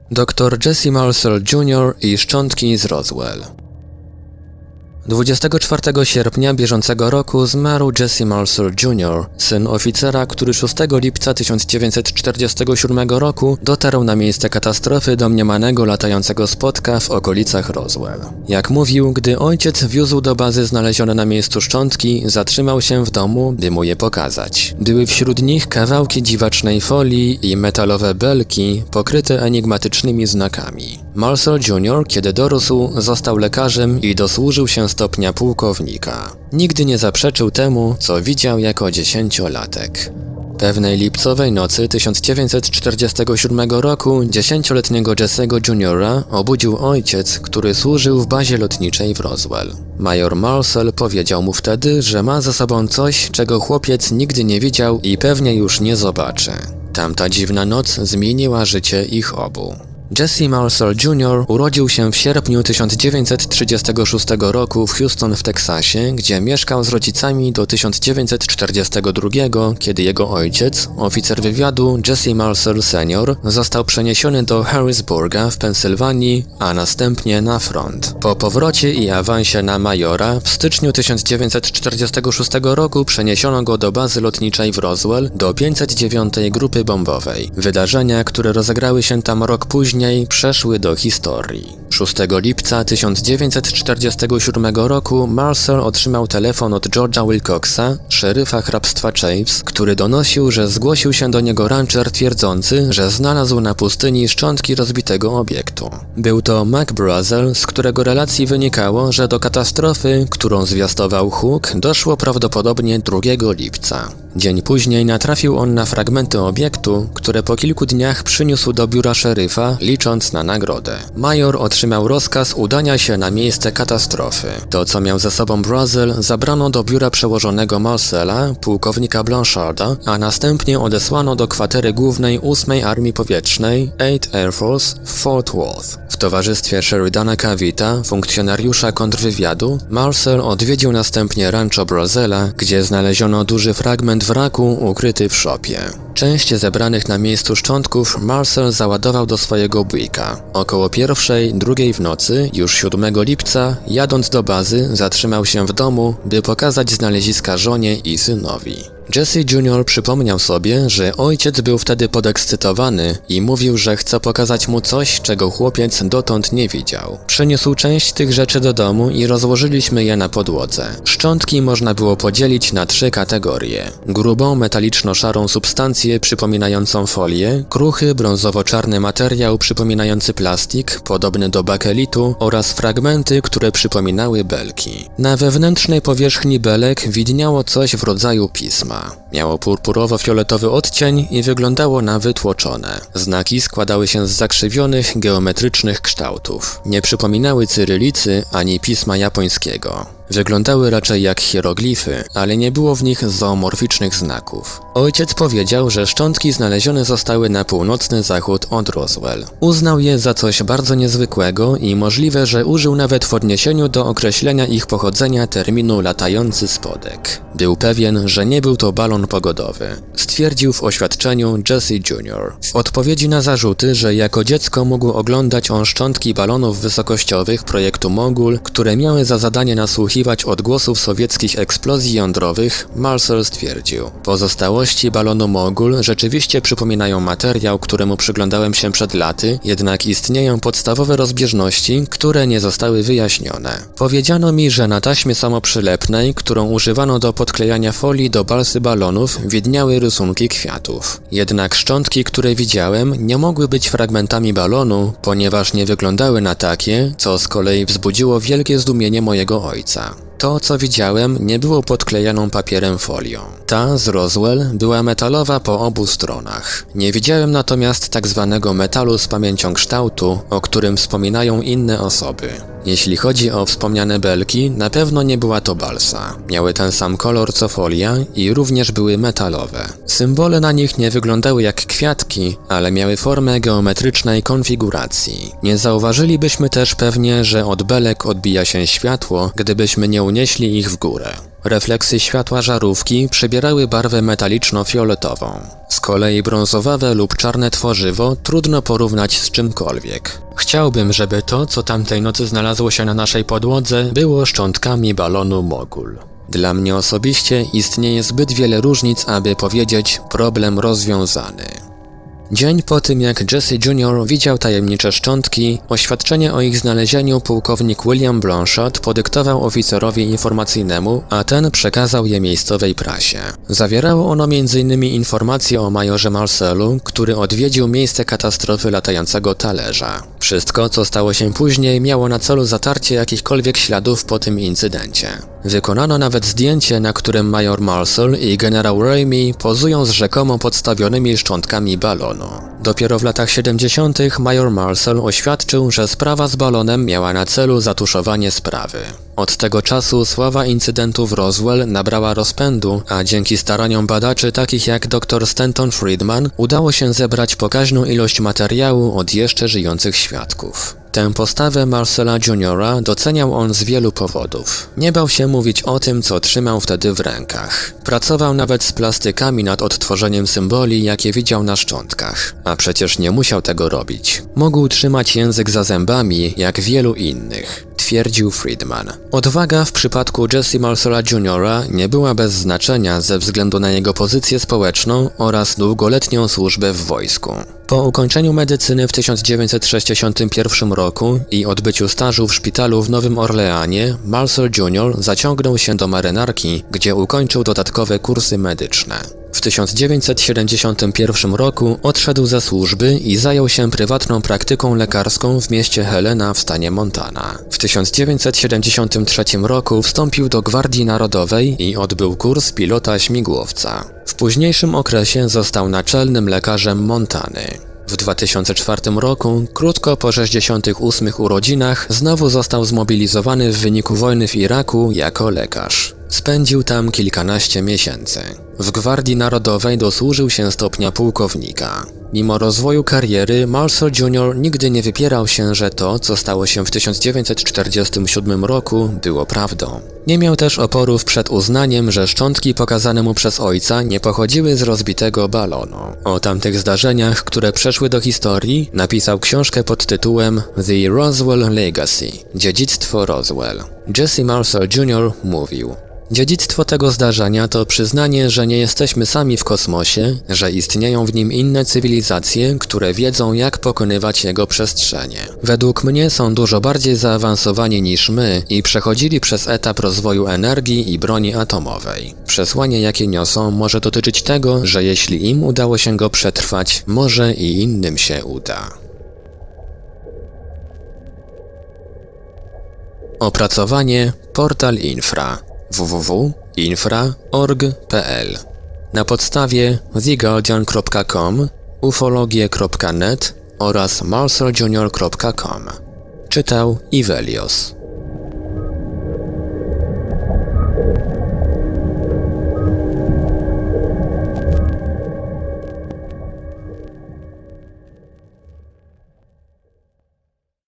Dr Jesse Marcel Jr. i szczątki z Roswell. 24 sierpnia bieżącego roku zmarł Jesse Marcel Jr., syn oficera, który 6 lipca 1947 roku dotarł na miejsce katastrofy domniemanego latającego spotka w okolicach Roswell. Jak mówił, gdy ojciec wiózł do bazy znalezione na miejscu szczątki, zatrzymał się w domu, by mu je pokazać. Były wśród nich kawałki dziwacznej folii i metalowe belki pokryte enigmatycznymi znakami. Marcel Jr., kiedy dorósł, został lekarzem i dosłużył się stopnia pułkownika. Nigdy nie zaprzeczył temu, co widział jako 10-latek. Pewnej lipcowej nocy 1947 roku 10-letniego Jesse'ego Juniora obudził ojciec, który służył w bazie lotniczej w Roswell. Major Marcel powiedział mu wtedy, że ma za sobą coś, czego chłopiec nigdy nie widział i pewnie już nie zobaczy. Tamta dziwna noc zmieniła życie ich obu. Jesse Marcel Jr. urodził się w sierpniu 1936 roku w Houston w Teksasie, gdzie mieszkał z rodzicami do 1942, kiedy jego ojciec, oficer wywiadu Jesse Marcel Sr., został przeniesiony do Harrisburga w Pensylwanii, a następnie na front. Po powrocie i awansie na majora w styczniu 1946 roku przeniesiono go do bazy lotniczej w Roswell do 509 Grupy Bombowej. Wydarzenia, które rozegrały się tam rok później, przeszły do historii. 6 lipca 1947 roku Marcel otrzymał telefon od George'a Wilcoxa, szeryfa hrabstwa Chaves, który donosił, że zgłosił się do niego rancher twierdzący, że znalazł na pustyni szczątki rozbitego obiektu. Był to Mac Brazel, z którego relacji wynikało, że do katastrofy, którą zwiastował Hook, doszło prawdopodobnie 2 lipca. Dzień później natrafił on na fragmenty obiektu, które po kilku dniach przyniósł do biura szeryfa, licząc na nagrodę. Major otrzymał rozkaz udania się na miejsce katastrofy. To, co miał ze sobą Brazel, zabrano do biura przełożonego Marcela, pułkownika Blancharda, a następnie odesłano do kwatery głównej 8 Armii Powietrznej 8th Air Force w Fort Worth. W towarzystwie Sheridana Cavita, funkcjonariusza kontrwywiadu, Marcel odwiedził następnie rancho Brazela, gdzie znaleziono duży fragment wraku ukryty w szopie. Część zebranych na miejscu szczątków Marcel załadował do swojego Buicka. Około 1:00, 2:00 w nocy, już 7 lipca, jadąc do bazy, zatrzymał się w domu, by pokazać znaleziska żonie i synowi. Jesse Jr. przypomniał sobie, że ojciec był wtedy podekscytowany i mówił, że chce pokazać mu coś, czego chłopiec dotąd nie widział. Przyniósł część tych rzeczy do domu i rozłożyliśmy je na podłodze. Szczątki można było podzielić na 3 kategorie. Grubą, metaliczno-szarą substancję przypominającą folię, kruchy, brązowo-czarny materiał przypominający plastik, podobny do bakelitu oraz fragmenty, które przypominały belki. Na wewnętrznej powierzchni belek widniało coś w rodzaju pisma. Miało purpurowo-fioletowy odcień i wyglądało na wytłoczone. Znaki składały się z zakrzywionych, geometrycznych kształtów. Nie przypominały cyrylicy ani pisma japońskiego. Wyglądały raczej jak hieroglify, ale nie było w nich zoomorficznych znaków. Ojciec powiedział, że szczątki znalezione zostały na północny zachód od Roswell. Uznał je za coś bardzo niezwykłego i możliwe, że użył nawet w odniesieniu do określenia ich pochodzenia terminu latający spodek. Był pewien, że nie był to balon pogodowy. Stwierdził w oświadczeniu Jesse Jr. W odpowiedzi na zarzuty, że jako dziecko mógł oglądać on szczątki balonów wysokościowych projektu Mogul, które miały za zadanie nasłuchiwać odgłosów sowieckich eksplozji jądrowych, Marcel stwierdził: pozostałości balonu Mogul rzeczywiście przypominają materiał, któremu przyglądałem się przed laty, jednak istnieją podstawowe rozbieżności, które nie zostały wyjaśnione. Powiedziano mi, że na taśmie samoprzylepnej, którą używano do podklejania folii do balsy balonów, widniały rysunki kwiatów. Jednak szczątki, które widziałem, nie mogły być fragmentami balonu, ponieważ nie wyglądały na takie, co z kolei wzbudziło wielkie zdumienie mojego ojca. To, co widziałem, nie było podklejaną papierem folią. Ta z Roswell była metalowa po obu stronach. Nie widziałem natomiast tak zwanego metalu z pamięcią kształtu, o którym wspominają inne osoby. Jeśli chodzi o wspomniane belki, na pewno nie była to balsa. Miały ten sam kolor co folia i również były metalowe. Symbole na nich nie wyglądały jak kwiatki, ale miały formę geometrycznej konfiguracji. Nie zauważylibyśmy też pewnie, że od belek odbija się światło, gdybyśmy nie unieśli ich w górę. Refleksy światła żarówki przybierały barwę metaliczno-fioletową. Z kolei brązowawe lub czarne tworzywo trudno porównać z czymkolwiek. Chciałbym, żeby to, co tamtej nocy znalazło się na naszej podłodze, było szczątkami balonu Mogul. Dla mnie osobiście istnieje zbyt wiele różnic, aby powiedzieć problem rozwiązany. Dzień po tym, jak Jesse Jr. widział tajemnicze szczątki, oświadczenie o ich znalezieniu pułkownik William Blanchard podyktował oficerowi informacyjnemu, a ten przekazał je miejscowej prasie. Zawierało ono m.in. informacje o majorze Marcellu, który odwiedził miejsce katastrofy latającego talerza. Wszystko, co stało się później, miało na celu zatarcie jakichkolwiek śladów po tym incydencie. Wykonano nawet zdjęcie, na którym major Marcel i generał Ramey pozują z rzekomo podstawionymi szczątkami balonu. Dopiero w latach 70. major Marcel oświadczył, że sprawa z balonem miała na celu zatuszowanie sprawy. Od tego czasu sława incydentu w Roswell nabrała rozpędu, a dzięki staraniom badaczy takich jak dr Stanton Friedman udało się zebrać pokaźną ilość materiału od jeszcze żyjących świadków. Tę postawę Marcella Jr. doceniał on z wielu powodów. Nie bał się mówić o tym, co trzymał wtedy w rękach. Pracował nawet z plastykami nad odtworzeniem symboli, jakie widział na szczątkach. A przecież nie musiał tego robić. Mógł trzymać język za zębami, jak wielu innych, twierdził Friedman. Odwaga w przypadku Jesse Marcella Jr. nie była bez znaczenia ze względu na jego pozycję społeczną oraz długoletnią służbę w wojsku. Po ukończeniu medycyny w 1961 roku i odbyciu stażu w szpitalu w Nowym Orleanie, Marcel Jr. zaciągnął się do marynarki, gdzie ukończył dodatkowe kursy medyczne. W 1971 roku odszedł ze służby i zajął się prywatną praktyką lekarską w mieście Helena w stanie Montana. W 1973 roku wstąpił do Gwardii Narodowej i odbył kurs pilota śmigłowca. W późniejszym okresie został naczelnym lekarzem Montany. W 2004 roku, krótko po 68 urodzinach, znowu został zmobilizowany w wyniku wojny w Iraku jako lekarz. Spędził tam kilkanaście miesięcy. W Gwardii Narodowej dosłużył się stopnia pułkownika. Mimo rozwoju kariery, Marcel Jr. nigdy nie wypierał się, że to, co stało się w 1947 roku, było prawdą. Nie miał też oporów przed uznaniem, że szczątki pokazane mu przez ojca nie pochodziły z rozbitego balonu. O tamtych zdarzeniach, które przeszły do historii, napisał książkę pod tytułem The Roswell Legacy – Dziedzictwo Roswell. Jesse Marcel Jr. mówił: dziedzictwo tego zdarzenia to przyznanie, że nie jesteśmy sami w kosmosie, że istnieją w nim inne cywilizacje, które wiedzą, jak pokonywać jego przestrzenie. Według mnie są dużo bardziej zaawansowani niż my i przechodzili przez etap rozwoju energii i broni atomowej. Przesłanie, jakie niosą, może dotyczyć tego, że jeśli im udało się go przetrwać, może i innym się uda. Opracowanie Portal Infra www.infra.org.pl na podstawie theguardian.com, ufologie.net oraz marceljr.com. Czytał Ivelios.